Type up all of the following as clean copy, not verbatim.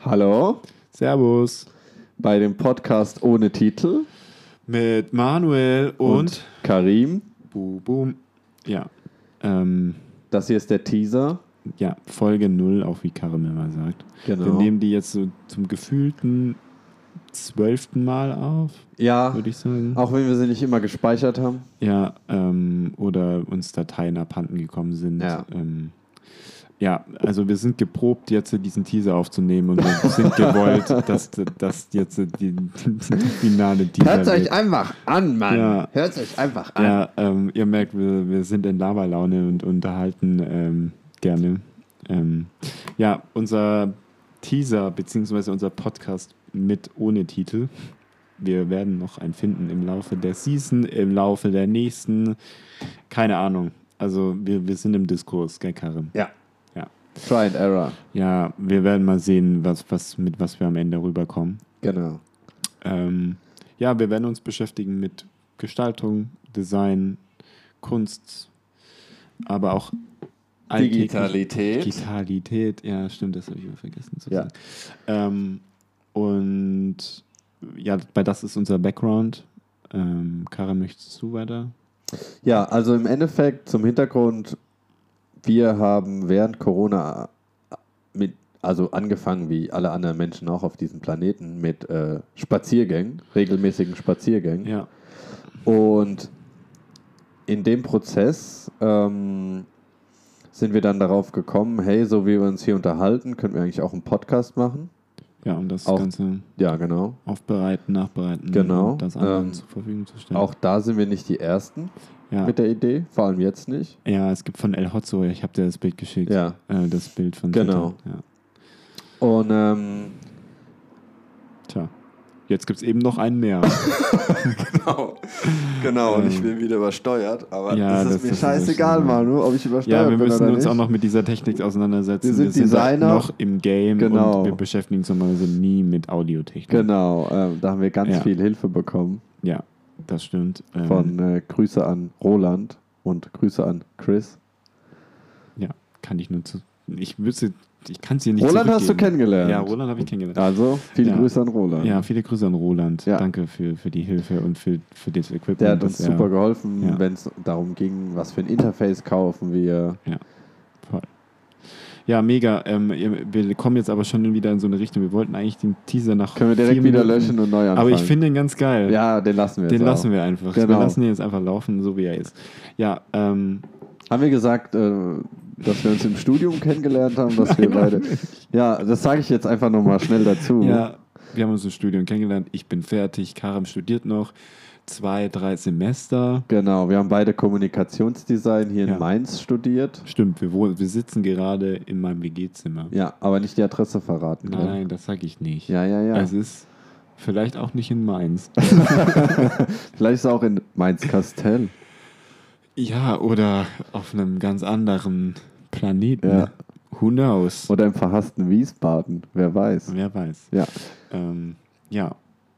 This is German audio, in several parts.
Hallo, Servus. bei dem Podcast ohne Titel Mit Manuel und Karim. Boom. Ja. Das hier ist der Teaser. Ja, Folge 0, auch wie Karim immer sagt. Genau. Wir nehmen die jetzt so zum gefühlten 12. Mal auf, Ja, würde ich sagen. auch wenn wir sie nicht immer gespeichert haben. Ja, oder uns Dateien abhanden gekommen sind. Ja. Ja, also wir sind geprobt, jetzt diesen Teaser aufzunehmen und wir sind gewollt, dass jetzt die finale Teaser Hört euch wird. einfach an, Mann. Ja. Hört euch einfach an. Ja, ihr merkt, wir sind in Laberlaune und unterhalten gerne. Ja, unser Teaser bzw. unser Podcast mit ohne Titel. Wir werden noch einen finden im Laufe der Season, im Laufe der nächsten, keine Ahnung. Also wir sind im Diskurs, gell, Karim? Ja. Ja. Try and Error. Ja, wir werden mal sehen, mit was wir am Ende rüberkommen. Genau. Ja, wir werden uns beschäftigen mit Gestaltung, Design, Kunst, aber auch Digitalität, ja, stimmt, das habe ich immer vergessen zu sagen. Und ja, bei das ist unser Background. Karin, möchtest du weiter? Ja, also im Endeffekt zum Hintergrund, wir haben während Corona angefangen, wie alle anderen Menschen auch auf diesem Planeten, mit Spaziergängen, regelmäßigen Spaziergängen. Ja. Und in dem Prozess sind wir dann darauf gekommen, hey, so wie wir uns hier unterhalten, könnten wir eigentlich auch einen Podcast machen. Ja, um das auch, Ganze genau. aufbereiten, nachbereiten genau. und das anderen zur Verfügung zu stellen. Auch da sind wir nicht die Ersten mit der Idee, vor allem jetzt nicht. Ja, es gibt von El Hotzo, ich habe dir das Bild geschickt. Ja. Das Bild von Genau. Twitter. Ja. Und tja, jetzt gibt es eben noch einen mehr. Genau, und ich bin wieder übersteuert, aber ja, das ist mir scheißegal, Manu, ob ich übersteuert bin oder nicht. Ja, wir müssen uns auch noch mit dieser Technik auseinandersetzen. Wir sind Designer. Noch im Game und wir beschäftigen uns normalerweise nie mit Audiotechnik. Genau, da haben wir ganz viel Hilfe bekommen. Ja, das stimmt. Von Grüße an Roland und Grüße an Chris. Ja, kann ich nur ich kann es hier nicht Roland hast du kennengelernt. Ja, Roland habe ich kennengelernt. Also, viele Grüße an Roland. Ja, viele Grüße an Roland. Ja. Danke für die Hilfe und für das Equipment. Der hat uns super geholfen, wenn es darum ging, was für ein Interface kaufen wir. Ja, voll. Ja, mega. Wir kommen jetzt aber schon wieder in so eine Richtung. Wir wollten eigentlich den Teaser Können wir direkt wieder löschen und neu anfangen. Aber ich finde den ganz geil. Ja, den lassen wir jetzt. Den lassen wir einfach. Genau. Wir lassen ihn jetzt einfach laufen, so wie er ist. Ja, haben wir gesagt, dass wir uns im Studium kennengelernt haben, dass wir beide... Ja, das sage ich jetzt einfach nochmal schnell dazu. Ja, wir haben uns im Studium kennengelernt. Ich bin fertig, Karim studiert noch 2-3 Semester. Genau, wir haben beide Kommunikationsdesign hier in Mainz studiert. Stimmt, wir sitzen gerade in meinem WG-Zimmer. Ja, aber nicht die Adresse verraten. Nein, das sage ich nicht. Ja. Es ist vielleicht auch nicht in Mainz. Vielleicht ist es auch in Mainz-Kastell. Ja, oder auf einem ganz anderen Planeten. Ja. Who knows? Oder im verhassten Wiesbaden. Wer weiß. Wer weiß. Ja. Ja.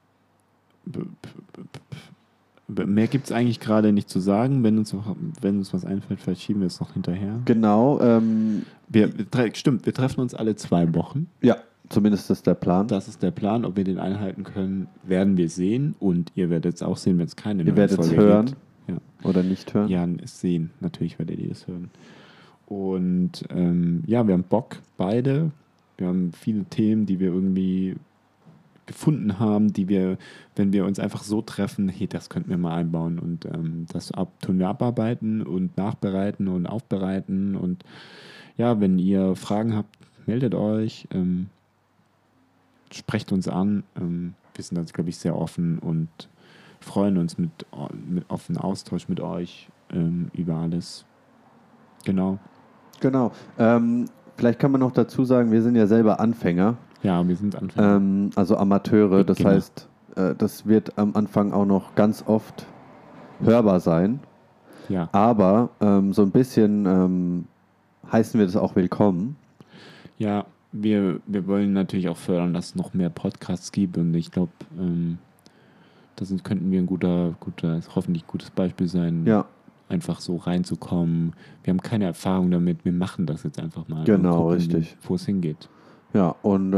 Mehr gibt es eigentlich gerade nicht zu sagen. Wenn uns was einfällt, vielleicht schieben wir es noch hinterher. Genau. Stimmt, wir treffen uns alle 2 Wochen. Ja, zumindest ist der Plan. Das ist der Plan. Ob wir den einhalten können, werden wir sehen. Und ihr werdet es auch sehen, wenn es keine neue Folge gibt. Ihr werdet es hören. Ja. Oder nicht hören? Ja, es sehen. Natürlich werdet ihr es hören. Und wir haben Bock, beide. Wir haben viele Themen, die wir irgendwie gefunden haben, die wir, wenn wir uns einfach so treffen, hey, das könnten wir mal einbauen. Und das tun wir abarbeiten und nachbereiten und aufbereiten. Und ja, wenn ihr Fragen habt, meldet euch, sprecht uns an. Wir sind da, glaube ich, sehr offen und freuen uns mit offenem Austausch mit euch über alles. Genau. Vielleicht kann man noch dazu sagen, wir sind ja selber Anfänger. Ja, wir sind Anfänger. Also Amateure. Das heißt, das wird am Anfang auch noch ganz oft hörbar sein. Ja. Aber so ein bisschen heißen wir das auch willkommen. Ja, wir wollen natürlich auch fördern, dass es noch mehr Podcasts gibt. Und ich glaube, könnten wir ein hoffentlich gutes Beispiel sein, einfach so reinzukommen. Wir haben keine Erfahrung damit, wir machen das jetzt einfach mal. Genau, gucken, richtig. wo es hingeht. Ja, und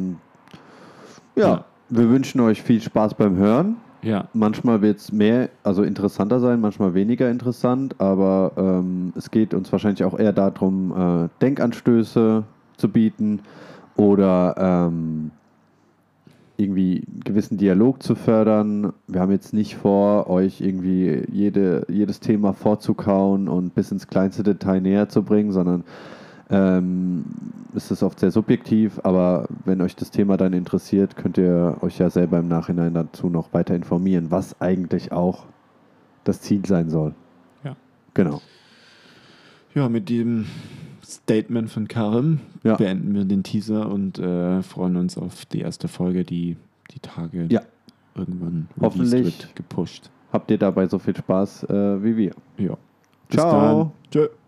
wir wünschen euch viel Spaß beim Hören. Ja. Manchmal wird es interessanter sein, manchmal weniger interessant, aber es geht uns wahrscheinlich auch eher darum, Denkanstöße zu bieten oder irgendwie einen gewissen Dialog zu fördern. Wir haben jetzt nicht vor, euch irgendwie jedes Thema vorzukauen und bis ins kleinste Detail näher zu bringen, sondern es ist oft sehr subjektiv, aber wenn euch das Thema dann interessiert, könnt ihr euch ja selber im Nachhinein dazu noch weiter informieren, was eigentlich auch das Ziel sein soll. Ja. Genau. Ja, mit dem Statement von Karim beenden wir den Teaser und freuen uns auf die erste Folge, die Tage irgendwann hoffentlich wird gepusht. Habt ihr dabei so viel Spaß wie wir. Ja. Bis Ciao. dann. Tschö.